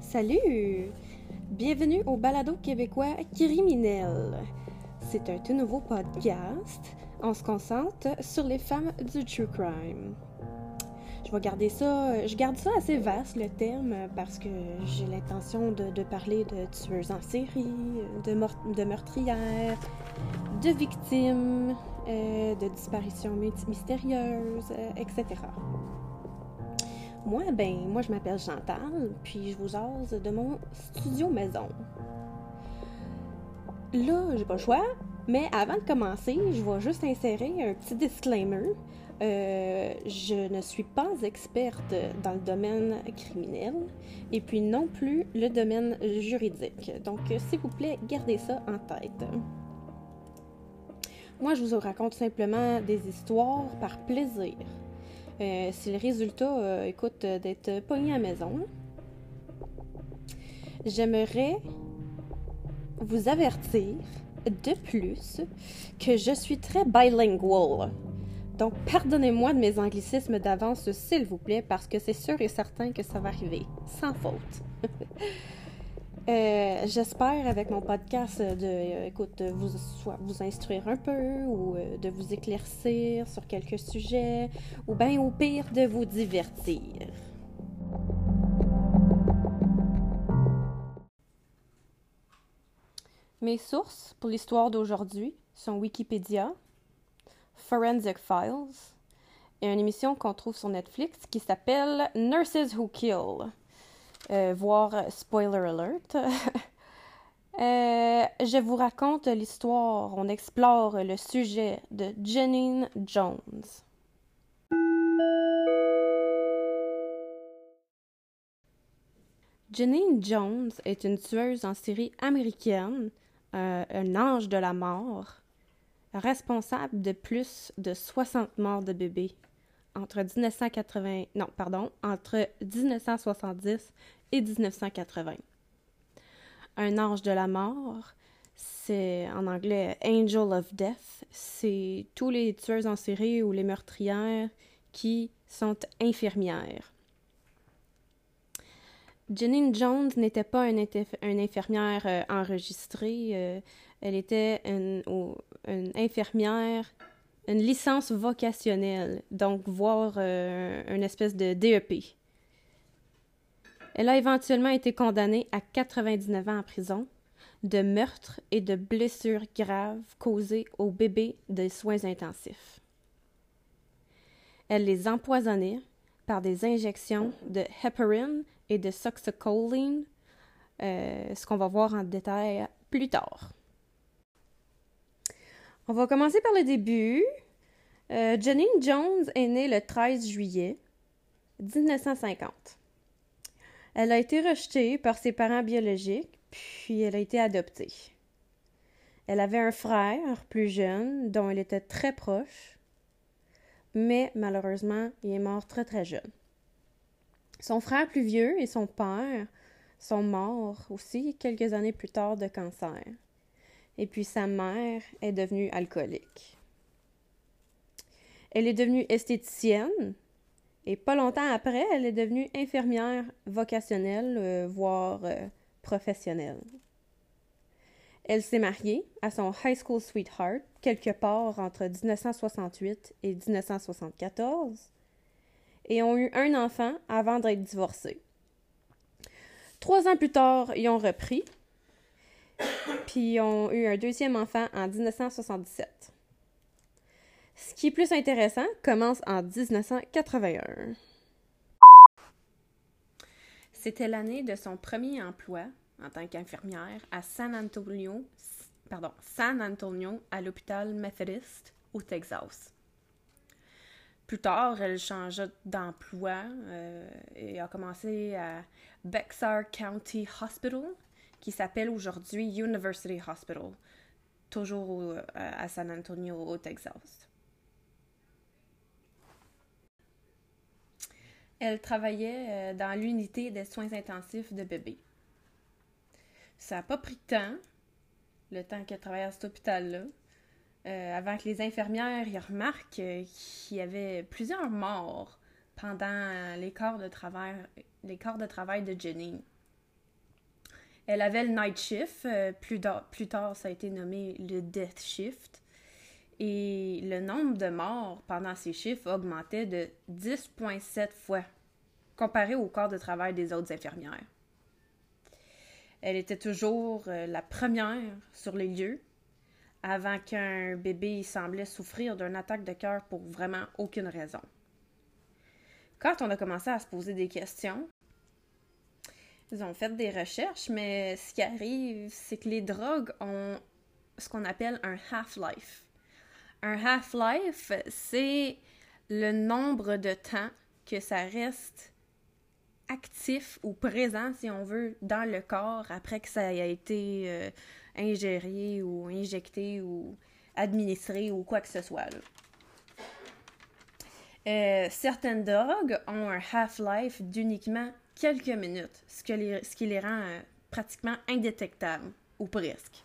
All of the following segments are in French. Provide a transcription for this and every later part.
Salut! Bienvenue au balado québécois Criminel. C'est un tout nouveau podcast. On se concentre sur les femmes du true crime. Je garde ça assez vaste, le terme, parce que j'ai l'intention de parler de tueuses en série, de meurtrières, de victimes, de disparitions mystérieuses, etc. Moi, je m'appelle Chantal, puis je vous jase de mon studio maison. Là, j'ai pas le choix, mais avant de commencer, je vais juste insérer un petit disclaimer. Je ne suis pas experte dans le domaine criminel, et puis non plus le domaine juridique. Donc, s'il vous plaît, gardez ça en tête. Moi, je vous raconte simplement des histoires par plaisir. C'est le résultat, d'être pogné à la maison. J'aimerais vous avertir de plus que je suis très bilingual. Donc, pardonnez-moi de mes anglicismes d'avance, s'il vous plaît, parce que c'est sûr et certain que ça va arriver, sans faute. J'espère, avec mon podcast, vous instruire un peu ou de vous éclaircir sur quelques sujets ou bien au pire, de vous divertir. Mes sources pour l'histoire d'aujourd'hui sont Wikipédia, Forensic Files et une émission qu'on trouve sur Netflix qui s'appelle Nurses Who Kill. Voire spoiler alert. Je vous raconte l'histoire, on explore le sujet de Janine Jones. Janine Jones est une tueuse en série américaine, un ange de la mort, responsable de plus de 60 morts de bébés entre 1970 et 1980. Un ange de la mort, c'est en anglais Angel of Death, c'est tous les tueurs en série ou les meurtrières qui sont infirmières. Janine Jones n'était pas une infirmière enregistrée, elle était une infirmière, une licence vocationnelle, donc voire une espèce de DEP. Elle a éventuellement été condamnée à 99 ans en prison de meurtre et de blessures graves causées aux bébés des soins intensifs. Elle les empoisonnait par des injections de heparin et de succinylcholine, ce qu'on va voir en détail plus tard. On va commencer par le début. Janine Jones est née le 13 juillet 1950. Elle a été rejetée par ses parents biologiques, puis elle a été adoptée. Elle avait un frère plus jeune, dont elle était très proche, mais malheureusement, il est mort très très jeune. Son frère plus vieux et son père sont morts aussi quelques années plus tard de cancer. Et puis sa mère est devenue alcoolique. Elle est devenue esthéticienne et pas longtemps après, elle est devenue infirmière vocationnelle, voire professionnelle. Elle s'est mariée à son high school sweetheart quelque part entre 1968 et 1974 et ont eu un enfant avant d'être divorcés. 3 ans plus tard, ils ont repris, puis ils ont eu un deuxième enfant en 1977. Ce qui est plus intéressant commence en 1981. C'était l'année de son premier emploi en tant qu'infirmière à San Antonio, à l'hôpital Methodist au Texas. Plus tard, elle changea d'emploi et a commencé à Bexar County Hospital, qui s'appelle aujourd'hui University Hospital, toujours à San Antonio au Texas. Elle travaillait dans l'unité des soins intensifs de bébés. Ça n'a pas pris de temps, le temps qu'elle travaillait à cet hôpital-là, avant que les infirmières y remarquent qu'il y avait plusieurs morts pendant les corps de travail de Janine. Elle avait le night shift. Plus tard, ça a été nommé le death shift. Et le nombre de morts pendant ces chiffres augmentait de 10,7 fois, comparé au corps de travail des autres infirmières. Elle était toujours la première sur les lieux, avant qu'un bébé semblait souffrir d'une attaque de cœur pour vraiment aucune raison. Quand on a commencé à se poser des questions, ils ont fait des recherches, mais ce qui arrive, c'est que les drogues ont ce qu'on appelle un half-life. Un half-life, c'est le nombre de temps que ça reste actif ou présent, si on veut, dans le corps après que ça a été ingéré ou injecté ou administré ou quoi que ce soit. Certaines drogues ont un half-life d'uniquement quelques minutes, ce qui les rend pratiquement indétectables, ou presque.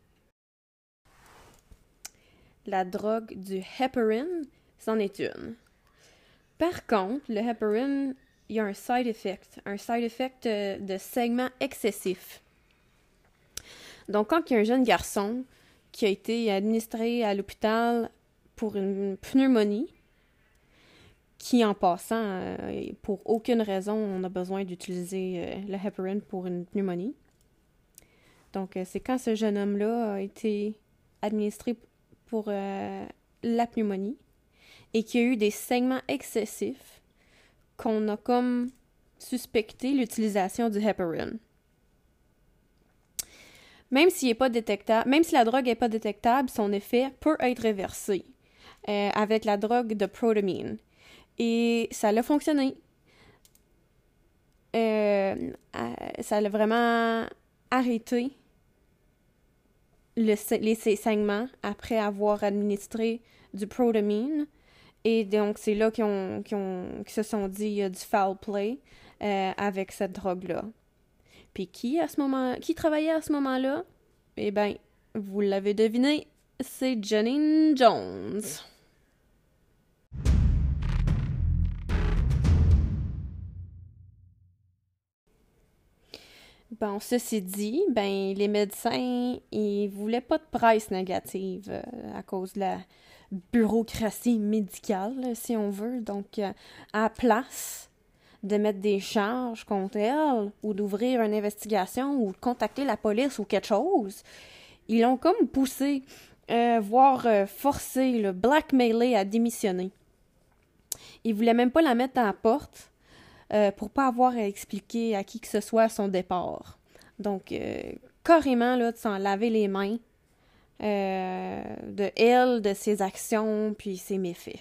La drogue du heparin, c'en est une. Par contre, le heparin, il y a un side effect de saignement excessif. Donc, quand il y a un jeune garçon qui a été administré à l'hôpital pour une pneumonie, qui, en passant, pour aucune raison, on a besoin d'utiliser le heparin pour une pneumonie. Donc, c'est quand ce jeune homme-là a été administré pour la pneumonie et qu'il y a eu des saignements excessifs qu'on a comme suspecté l'utilisation du heparin. Même s'il est pas détectable, même si la drogue n'est pas détectable, son effet peut être réversé avec la drogue de protamine. Et ça a fonctionné. Ça a vraiment arrêté les saignements après avoir administré du protamine. Et donc, c'est là qu'ils se sont dit il y a du foul play avec cette drogue-là. Puis qui travaillait à ce moment-là? Eh bien, vous l'avez deviné, c'est Janine Jones. Bon, ceci dit, les médecins, ils voulaient pas de presse négative à cause de la bureaucratie médicale, si on veut. Donc, à la place de mettre des charges contre elle ou d'ouvrir une investigation ou de contacter la police ou quelque chose, ils l'ont comme poussé, voire forcé, blackmailé à démissionner. Ils voulaient même pas la mettre à la porte pour pas avoir à expliquer à qui que ce soit son départ. Donc, carrément, là, de s'en laver les mains de elle, de ses actions, puis ses méfaits.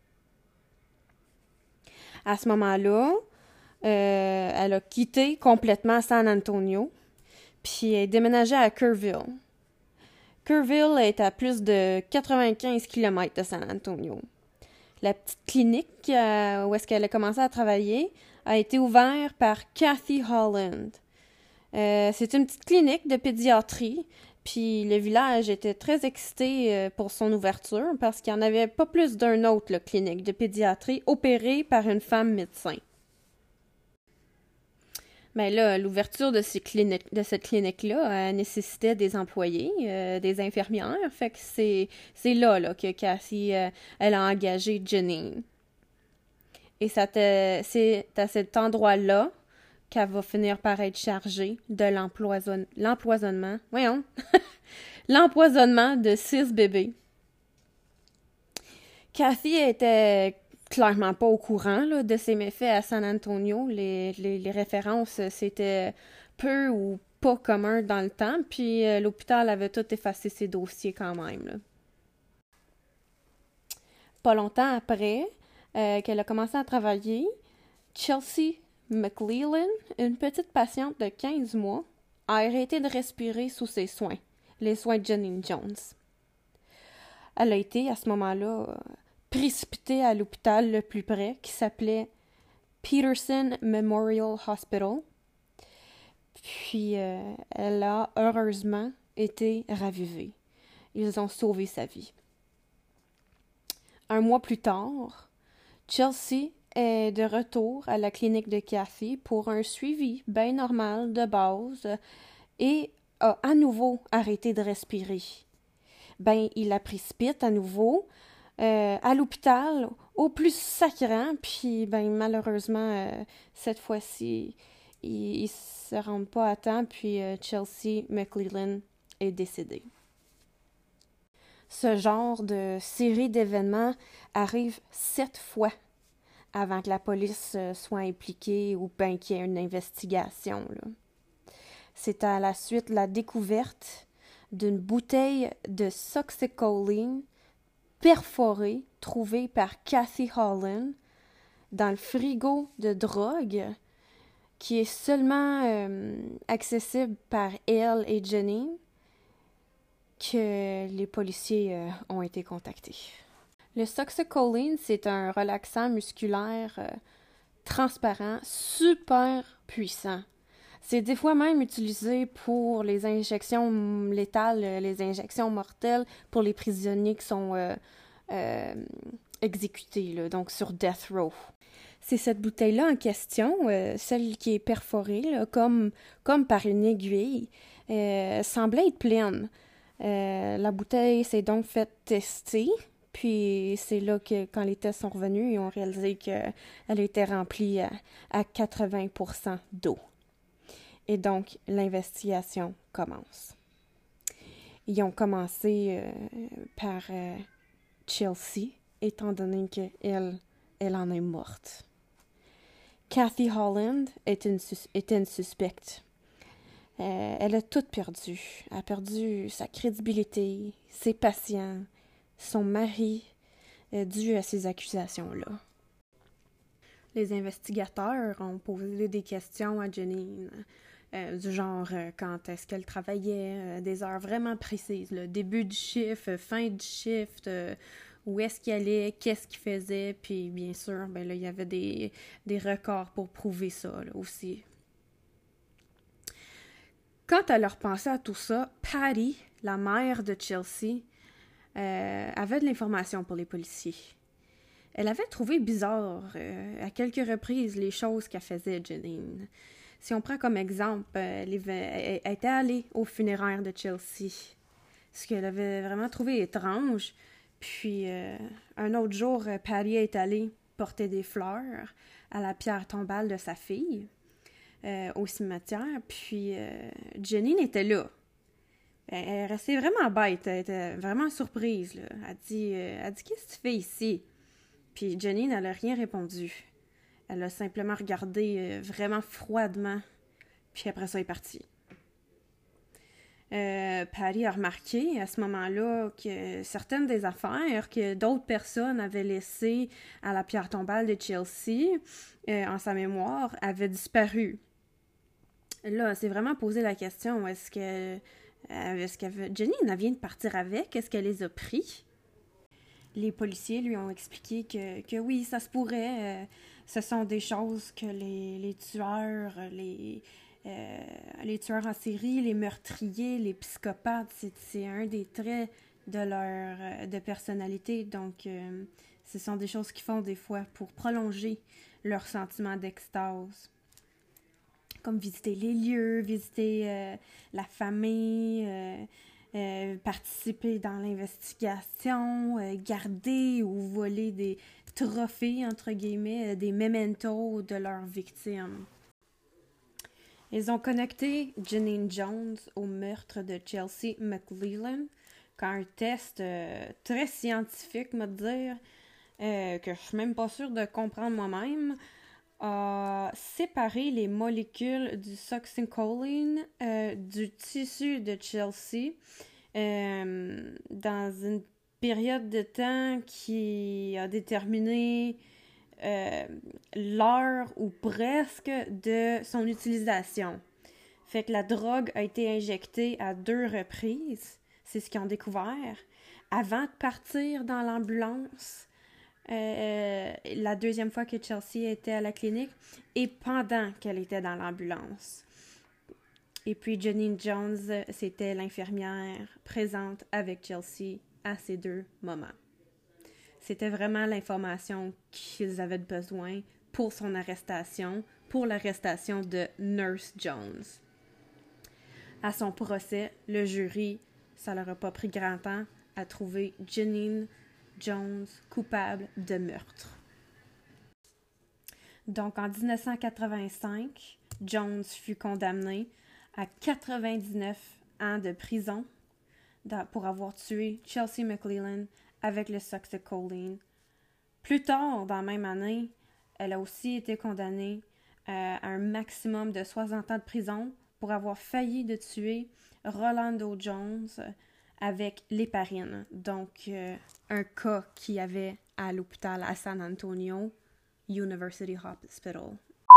À ce moment-là, elle a quitté complètement San Antonio, puis elle est déménagée à Kerrville. Kerrville est à plus de 95 km de San Antonio. La petite clinique où est-ce qu'elle a commencé à travailler a été ouverte par Kathy Holland. C'est une petite clinique de pédiatrie, puis le village était très excité pour son ouverture parce qu'il n'y en avait pas plus d'un autre clinique de pédiatrie opérée par une femme médecin. Mais là, l'ouverture de cette clinique-là nécessitait des employés, des infirmières, fait que c'est là que Kathy elle a engagé Janine. Et c'est à cet endroit-là qu'elle va finir par être chargée de l'empoisonnement. Voyons! L'empoisonnement de 6 bébés. Kathy était clairement pas au courant de ses méfaits à San Antonio. Les références, c'était peu ou pas commun dans le temps, puis l'hôpital avait tout effacé ses dossiers quand même. Là. Pas longtemps après qu'elle a commencé à travailler, Chelsea McLellan, une petite patiente de 15 mois, a arrêté de respirer sous ses soins, les soins de Janine Jones. Elle a été, à ce moment-là, précipitée à l'hôpital le plus près, qui s'appelait Peterson Memorial Hospital. Puis, elle a heureusement été ravivée. Ils ont sauvé sa vie. Un mois plus tard, Chelsea est de retour à la clinique de Kathy pour un suivi bien normal de base et a à nouveau arrêté de respirer. Ben, il la précipite à nouveau à l'hôpital au plus sacrant, puis ben malheureusement, cette fois-ci, il se rend pas à temps, puis Chelsea McClellan est décédée. Ce genre de série d'événements arrive 7 fois avant que la police soit impliquée ou ben qu'il y ait une investigation, là. C'est à la suite de la découverte d'une bouteille de Soxycholine perforée trouvée par Kathy Holland dans le frigo de drogue qui est seulement accessible par elle et Jenny que les policiers ont été contactés. Le Soxycholine, c'est un relaxant musculaire transparent, super puissant. C'est des fois même utilisé pour les injections létales, les injections mortelles pour les prisonniers qui sont exécutés, là, donc sur death row. C'est cette bouteille-là en question, celle qui est perforée, là, comme par une aiguille, semblait être pleine. La bouteille s'est donc faite tester, puis c'est là que, quand les tests sont revenus, ils ont réalisé qu'elle était remplie à 80% d'eau. Et donc, l'investigation commence. Ils ont commencé par Chelsea, étant donné qu'elle en est morte. Kathy Holland était une suspecte. Elle a tout perdu. Elle a perdu sa crédibilité, ses patients, son mari, dû à ces accusations-là. Les investigateurs ont posé des questions à Janine, du genre quand est-ce qu'elle travaillait, des heures vraiment précises, le début du shift, fin du shift, où est-ce qu'il allait, qu'est-ce qu'il faisait, puis bien sûr, ben là, il y avait des records pour prouver ça là, aussi. Quand elle a repensé à tout ça, Patty, la mère de Chelsea, avait de l'information pour les policiers. Elle avait trouvé bizarre à quelques reprises les choses qu'elle faisait, Janine. Si on prend comme exemple, elle était allée aux funéraires de Chelsea, ce qu'elle avait vraiment trouvé étrange. Puis un autre jour, Patty est allée porter des fleurs à la pierre tombale de sa fille au cimetière. Puis Janine était là. Elle restait vraiment bête, elle était vraiment surprise, là. Elle dit qu'est-ce que tu fais ici? Puis Janine, elle n'a rien répondu. Elle a simplement regardé vraiment froidement. Puis après ça, elle est partie. Patty a remarqué à ce moment-là que certaines des affaires que d'autres personnes avaient laissées à la pierre tombale de Chelsea en sa mémoire avaient disparu. Là, elle s'est vraiment posé la question, Janine, elle vient de partir avec? Est-ce qu'elle les a pris? Les policiers lui ont expliqué que oui, ça se pourrait. Ce sont des choses que les tueurs, les tueurs en série, les meurtriers, les psychopathes, c'est un des traits de leur de personnalité. Donc, ce sont des choses qu'ils font des fois pour prolonger leur sentiment d'extase. Comme visiter les lieux, visiter la famille, participer dans l'investigation, garder ou voler des trophées, entre guillemets, des mementos de leurs victimes. Ils ont connecté Janine Jones au meurtre de Chelsea McClellan quand un test très scientifique, me dire, que je suis même pas sûre de comprendre moi-même, a séparé les molécules du Soxycholine du tissu de Chelsea dans une période de temps qui a déterminé l'heure ou presque de son utilisation. Fait que la drogue a été injectée à 2 reprises, c'est ce qu'ils ont découvert, avant de partir dans l'ambulance. La deuxième fois que Chelsea était à la clinique et pendant qu'elle était dans l'ambulance. Et puis Janine Jones, c'était l'infirmière présente avec Chelsea à ces 2 moments. C'était vraiment l'information qu'ils avaient besoin pour son arrestation, pour l'arrestation de Nurse Jones. À son procès, le jury, ça leur a pas pris grand temps à trouver Janine Jones coupable de meurtre. Donc, en 1985, Jones fut condamné à 99 ans de prison pour avoir tué Chelsea McClellan avec le Succinylcholine. Plus tard, dans la même année, elle a aussi été condamnée à un maximum de 60 ans de prison pour avoir failli de tuer Rolando Jones avec l'héparine. Donc, un cas qu'il y avait à l'hôpital à San Antonio, University Hospital.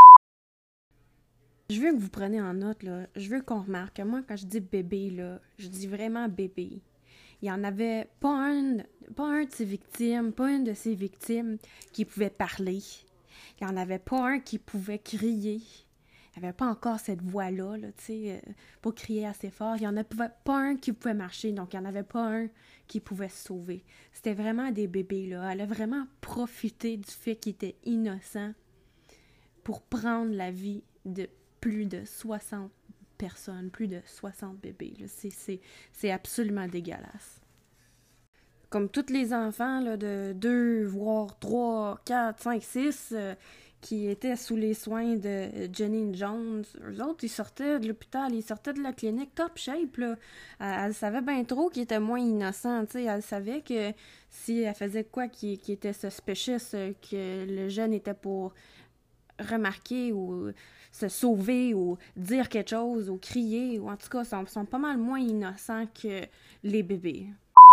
Je veux que vous preniez en note, là, je veux qu'on remarque que moi, quand je dis bébé, là, je dis vraiment bébé. Il n'y en avait pas un de ses victimes, pas une de ses victimes qui pouvait parler. Il n'y en avait pas un qui pouvait crier. Il n'y avait pas encore cette voix-là, là, tu sais, pour crier assez fort. Il n'y en avait pas un qui pouvait marcher, donc il n'y en avait pas un qui pouvait se sauver. C'était vraiment des bébés, là. Elle a vraiment profité du fait qu'il était innocent pour prendre la vie de plus de 60 personnes, plus de 60 bébés. Là. C'est absolument dégueulasse. Comme tous les enfants là, de 2, voire 3, 4, 5, 6 qui étaient sous les soins de Janine Jones, eux autres, ils sortaient de l'hôpital, ils sortaient de la clinique top shape. Là. Elle savait bien trop qu'ils étaient moins innocents. T'sais. Elle savait que si elle faisait quoi qui était suspicious, que le jeune était pour remarquer ou se sauver ou dire quelque chose ou crier, ou en tout cas, sont pas mal moins innocents que les bébés.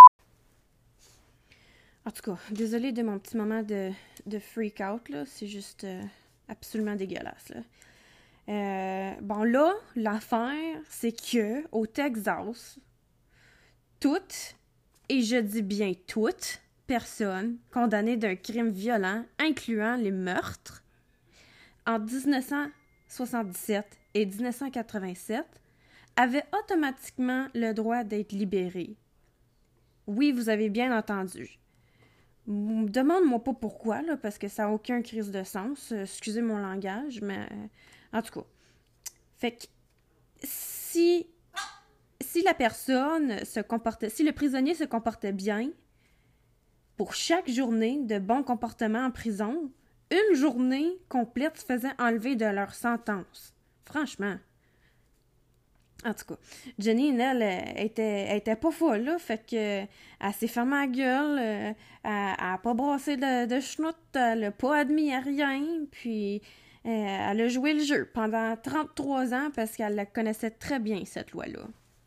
En tout cas, désolée de mon petit moment de freak out, là. C'est juste absolument dégueulasse, là. Bon, là, l'affaire, c'est que au Texas, toutes, et je dis bien toutes, personnes condamnées d'un crime violent, incluant les meurtres, en 1977 et 1987, avaient automatiquement le droit d'être libérées. Oui, vous avez bien entendu. Demande-moi pas pourquoi, là, parce que ça n'a aucun crise de sens. Excusez mon langage, mais en tout cas. Fait que si la personne se comportait, si le prisonnier se comportait bien, pour chaque journée de bon comportement en prison, une journée complète se faisait enlever de leur sentence. Franchement. En tout cas, Janine, elle était pas folle, là, fait que elle s'est fermée la gueule, elle a pas brassé de chenoute, elle a pas admis à rien, puis elle a joué le jeu pendant 33 ans parce qu'elle la connaissait très bien, cette loi-là.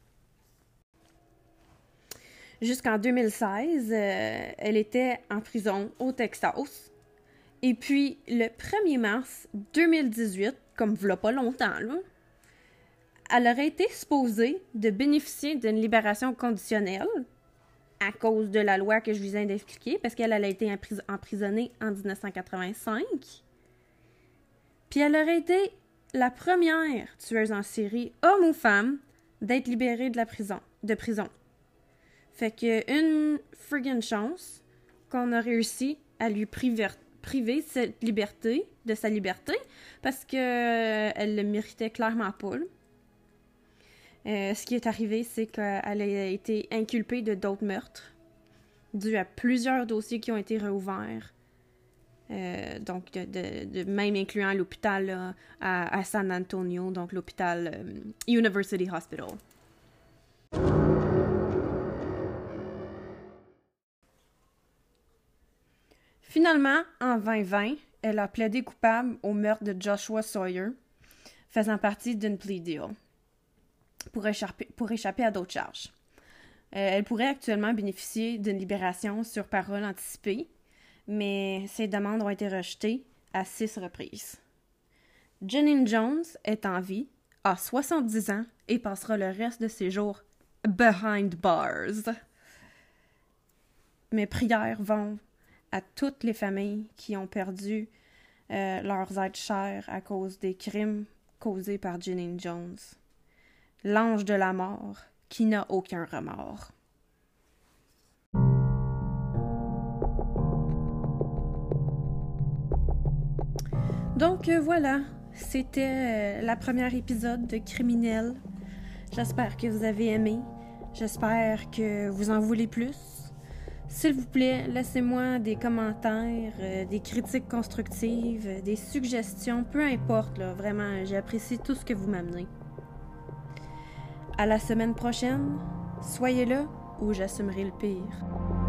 Jusqu'en 2016, elle était en prison au Texas. Et puis, le 1er mars 2018, comme v'là pas longtemps, là, elle aurait été supposée de bénéficier d'une libération conditionnelle à cause de la loi que je viens d'expliquer, parce qu'elle a été emprisonnée en 1985. Puis elle aurait été la première tueuse en série, homme ou femme, d'être libérée de prison. Fait que une friggin' chance qu'on a réussi à lui priver de sa liberté, parce que elle le méritait clairement pas. Ce qui est arrivé, c'est qu'elle a été inculpée de d'autres meurtres, dû à plusieurs dossiers qui ont été réouverts, donc même incluant l'hôpital là, à San Antonio, donc l'hôpital University Hospital. Finalement, en 2020, elle a plaidé coupable au meurtre de Joshua Sawyer, faisant partie d'une plea deal, pour échapper à d'autres charges. Elle pourrait actuellement bénéficier d'une libération sur parole anticipée, mais ses demandes ont été rejetées à 6 reprises. Janine Jones est en vie, a 70 ans et passera le reste de ses jours behind bars. Mes prières vont à toutes les familles qui ont perdu leurs êtres chers à cause des crimes causés par Janine Jones. L'ange de la mort qui n'a aucun remords. Donc voilà, c'était la première épisode de Criminel. J'espère que vous avez aimé. J'espère que vous en voulez plus. S'il vous plaît, laissez-moi des commentaires, des critiques constructives, des suggestions, peu importe, là, vraiment, j'apprécie tout ce que vous m'amenez. À la semaine prochaine, soyez là ou j'assumerai le pire.